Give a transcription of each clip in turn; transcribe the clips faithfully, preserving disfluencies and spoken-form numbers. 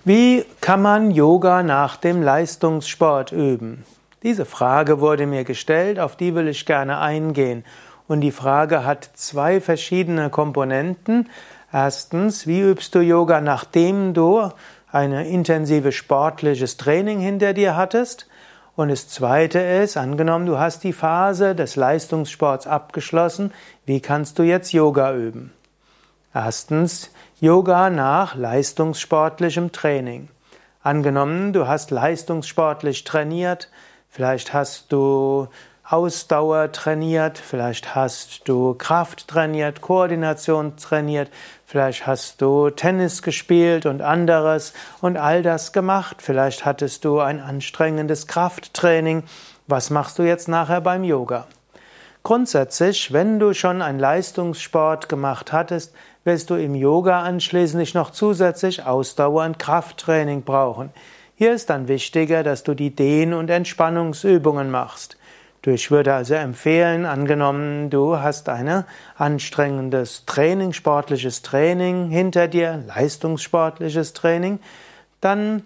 Wie kann man Yoga nach dem Leistungssport üben? Diese Frage wurde mir gestellt, auf die will ich gerne eingehen. Und die Frage hat zwei verschiedene Komponenten. Erstens, wie übst du Yoga, nachdem du ein intensives sportliches Training hinter dir hattest? Und das Zweite ist, angenommen, du hast die Phase des Leistungssports abgeschlossen, wie kannst du jetzt Yoga üben? Erstens, Yoga nach leistungssportlichem Training. Angenommen, du hast leistungssportlich trainiert, vielleicht hast du Ausdauer trainiert, vielleicht hast du Kraft trainiert, Koordination trainiert, vielleicht hast du Tennis gespielt und anderes und all das gemacht. Vielleicht hattest du ein anstrengendes Krafttraining. Was machst du jetzt nachher beim Yoga? Grundsätzlich, wenn du schon einen Leistungssport gemacht hattest, wirst du im Yoga anschließend nicht noch zusätzlich Ausdauer- und Krafttraining brauchen. Hier ist dann wichtiger, dass du die Dehn- und Entspannungsübungen machst. Ich würde also empfehlen, angenommen, du hast ein anstrengendes Training, sportliches Training hinter dir, leistungssportliches Training, dann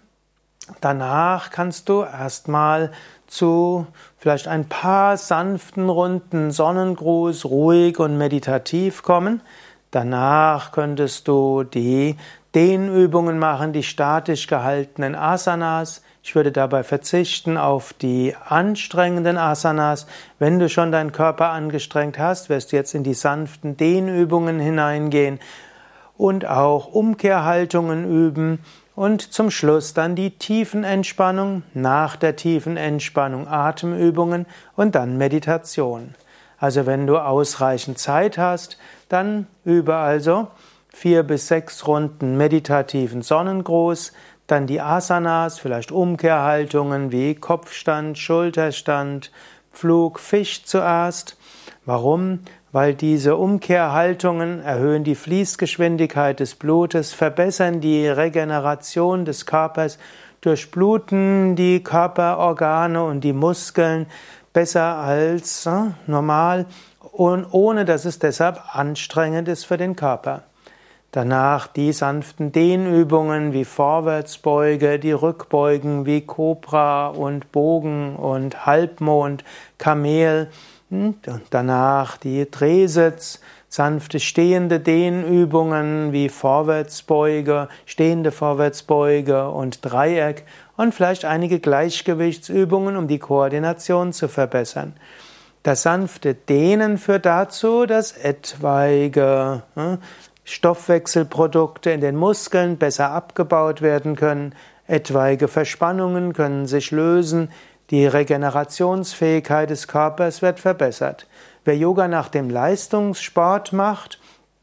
danach kannst du erstmal zu vielleicht ein paar sanften Runden Sonnengruß, ruhig und meditativ kommen. Danach könntest du die Dehnübungen machen, die statisch gehaltenen Asanas. Ich würde dabei verzichten auf die anstrengenden Asanas. Wenn du schon deinen Körper angestrengt hast, wirst du jetzt in die sanften Dehnübungen hineingehen und auch Umkehrhaltungen üben und zum Schluss dann die Tiefenentspannung, nach der Tiefenentspannung Atemübungen und dann Meditation. Also wenn du ausreichend Zeit hast, dann übe also vier bis sechs Runden meditativen Sonnengruß, dann die Asanas, vielleicht Umkehrhaltungen wie Kopfstand, Schulterstand, Flug, Fisch zuerst. Warum? Weil diese Umkehrhaltungen erhöhen die Fließgeschwindigkeit des Blutes, verbessern die Regeneration des Körpers, durchbluten die Körperorgane und die Muskeln besser als äh, normal und ohne dass es deshalb anstrengend ist für den Körper. Danach die sanften Dehnübungen wie Vorwärtsbeuge, die Rückbeugen wie Kobra und Bogen und Halbmond, Kamel. Und danach die Drehsitz, sanfte stehende Dehnübungen wie Vorwärtsbeuge, stehende Vorwärtsbeuge und Dreieck und vielleicht einige Gleichgewichtsübungen, um die Koordination zu verbessern. Das sanfte Dehnen führt dazu, dass etwaige äh, Stoffwechselprodukte in den Muskeln besser abgebaut werden können, etwaige Verspannungen können sich lösen, die Regenerationsfähigkeit des Körpers wird verbessert. Wer Yoga nach dem Leistungssport macht,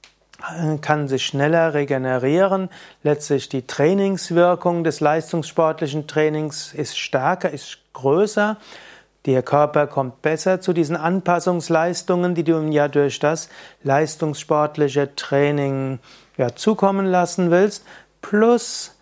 kann sich schneller regenerieren. Letztlich die Trainingswirkung des leistungssportlichen Trainings ist stärker, ist größer. Der Körper kommt besser zu diesen Anpassungsleistungen, die du ihm ja durch das leistungssportliche Training ja, zukommen lassen willst. Plus,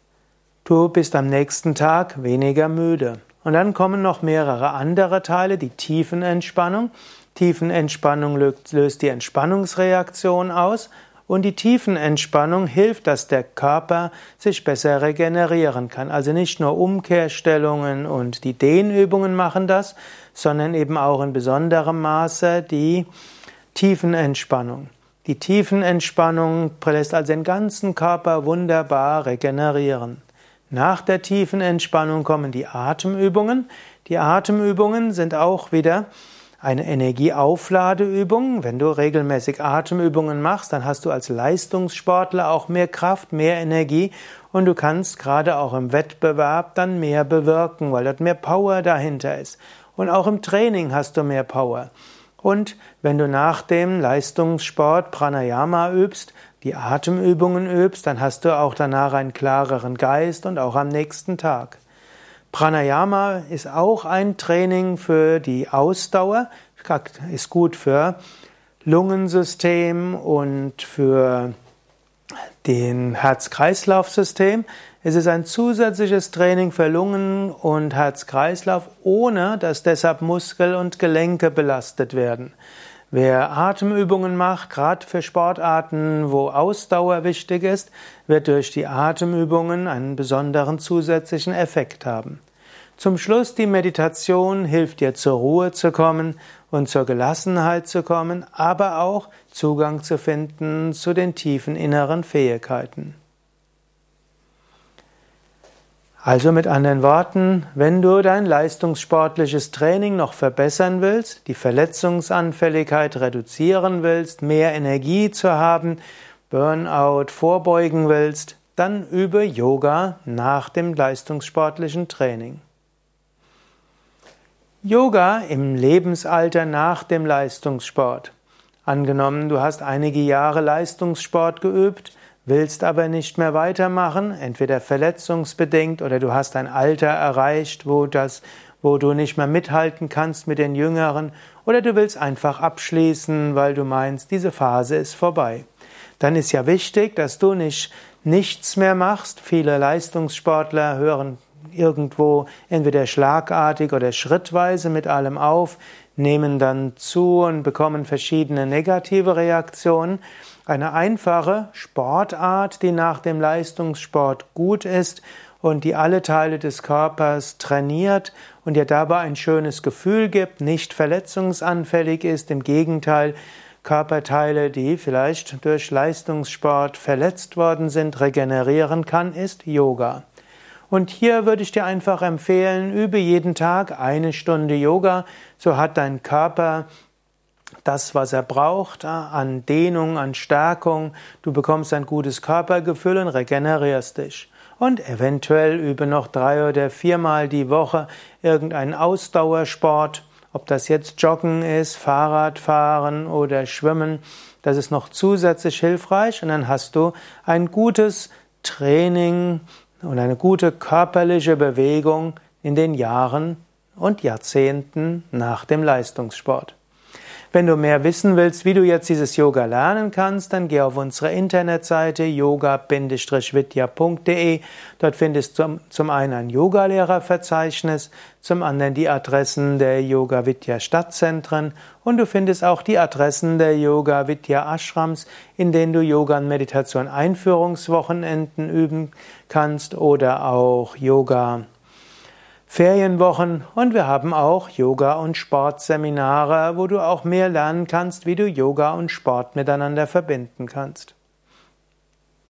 du bist am nächsten Tag weniger müde. Und dann kommen noch mehrere andere Teile, die Tiefenentspannung. Tiefenentspannung löst die Entspannungsreaktion aus. Und die Tiefenentspannung hilft, dass der Körper sich besser regenerieren kann. Also nicht nur Umkehrstellungen und die Dehnübungen machen das, sondern eben auch in besonderem Maße die Tiefenentspannung. Die Tiefenentspannung lässt also den ganzen Körper wunderbar regenerieren. Nach der Tiefenentspannung kommen die Atemübungen. Die Atemübungen sind auch wieder eine Energieaufladeübung. Wenn du regelmäßig Atemübungen machst, dann hast du als Leistungssportler auch mehr Kraft, mehr Energie und du kannst gerade auch im Wettbewerb dann mehr bewirken, weil dort mehr Power dahinter ist. Und auch im Training hast du mehr Power. Und wenn du nach dem Leistungssport Pranayama übst, die Atemübungen übst, dann hast du auch danach einen klareren Geist und auch am nächsten Tag. Pranayama ist auch ein Training für die Ausdauer, ist gut für Lungensystem und für den Herz-Kreislauf-System. Es ist ein zusätzliches Training für Lungen und Herz-Kreislauf, ohne dass deshalb Muskel und Gelenke belastet werden. Wer Atemübungen macht, gerade für Sportarten, wo Ausdauer wichtig ist, wird durch die Atemübungen einen besonderen zusätzlichen Effekt haben. Zum Schluss die Meditation hilft dir zur Ruhe zu kommen und zur Gelassenheit zu kommen, aber auch Zugang zu finden zu den tiefen inneren Fähigkeiten. Also mit anderen Worten, wenn du dein leistungssportliches Training noch verbessern willst, die Verletzungsanfälligkeit reduzieren willst, mehr Energie zu haben, Burnout vorbeugen willst, dann übe Yoga nach dem leistungssportlichen Training. Yoga im Lebensalter nach dem Leistungssport. Angenommen, du hast einige Jahre Leistungssport geübt, willst aber nicht mehr weitermachen, entweder verletzungsbedingt oder du hast ein Alter erreicht, wo das, wo du nicht mehr mithalten kannst mit den Jüngeren, oder du willst einfach abschließen, weil du meinst, diese Phase ist vorbei. Dann ist ja wichtig, dass du nicht nichts mehr machst. Viele Leistungssportler hören irgendwo entweder schlagartig oder schrittweise mit allem auf, nehmen dann zu und bekommen verschiedene negative Reaktionen. Eine einfache Sportart, die nach dem Leistungssport gut ist und die alle Teile des Körpers trainiert und dir dabei ein schönes Gefühl gibt, nicht verletzungsanfällig ist, im Gegenteil, Körperteile, die vielleicht durch Leistungssport verletzt worden sind, regenerieren kann, ist Yoga. Und hier würde ich dir einfach empfehlen, übe jeden Tag eine Stunde Yoga, so hat dein Körper das, was er braucht, an Dehnung, an Stärkung, du bekommst ein gutes Körpergefühl und regenerierst dich. Und eventuell übe noch drei oder viermal die Woche irgendeinen Ausdauersport, ob das jetzt Joggen ist, Fahrradfahren oder Schwimmen, das ist noch zusätzlich hilfreich und dann hast du ein gutes Training und eine gute körperliche Bewegung in den Jahren und Jahrzehnten nach dem Leistungssport. Wenn du mehr wissen willst, wie du jetzt dieses Yoga lernen kannst, dann geh auf unsere Internetseite yoga vidya punkt de. Dort findest du zum, zum einen ein Yogalehrerverzeichnis, zum anderen die Adressen der Yoga Vidya Stadtzentren und du findest auch die Adressen der Yoga Vidya Ashrams, in denen du Yoga und Meditation Einführungswochenenden üben kannst oder auch Yoga Ferienwochen und wir haben auch Yoga- und Sportseminare, wo du auch mehr lernen kannst, wie du Yoga und Sport miteinander verbinden kannst.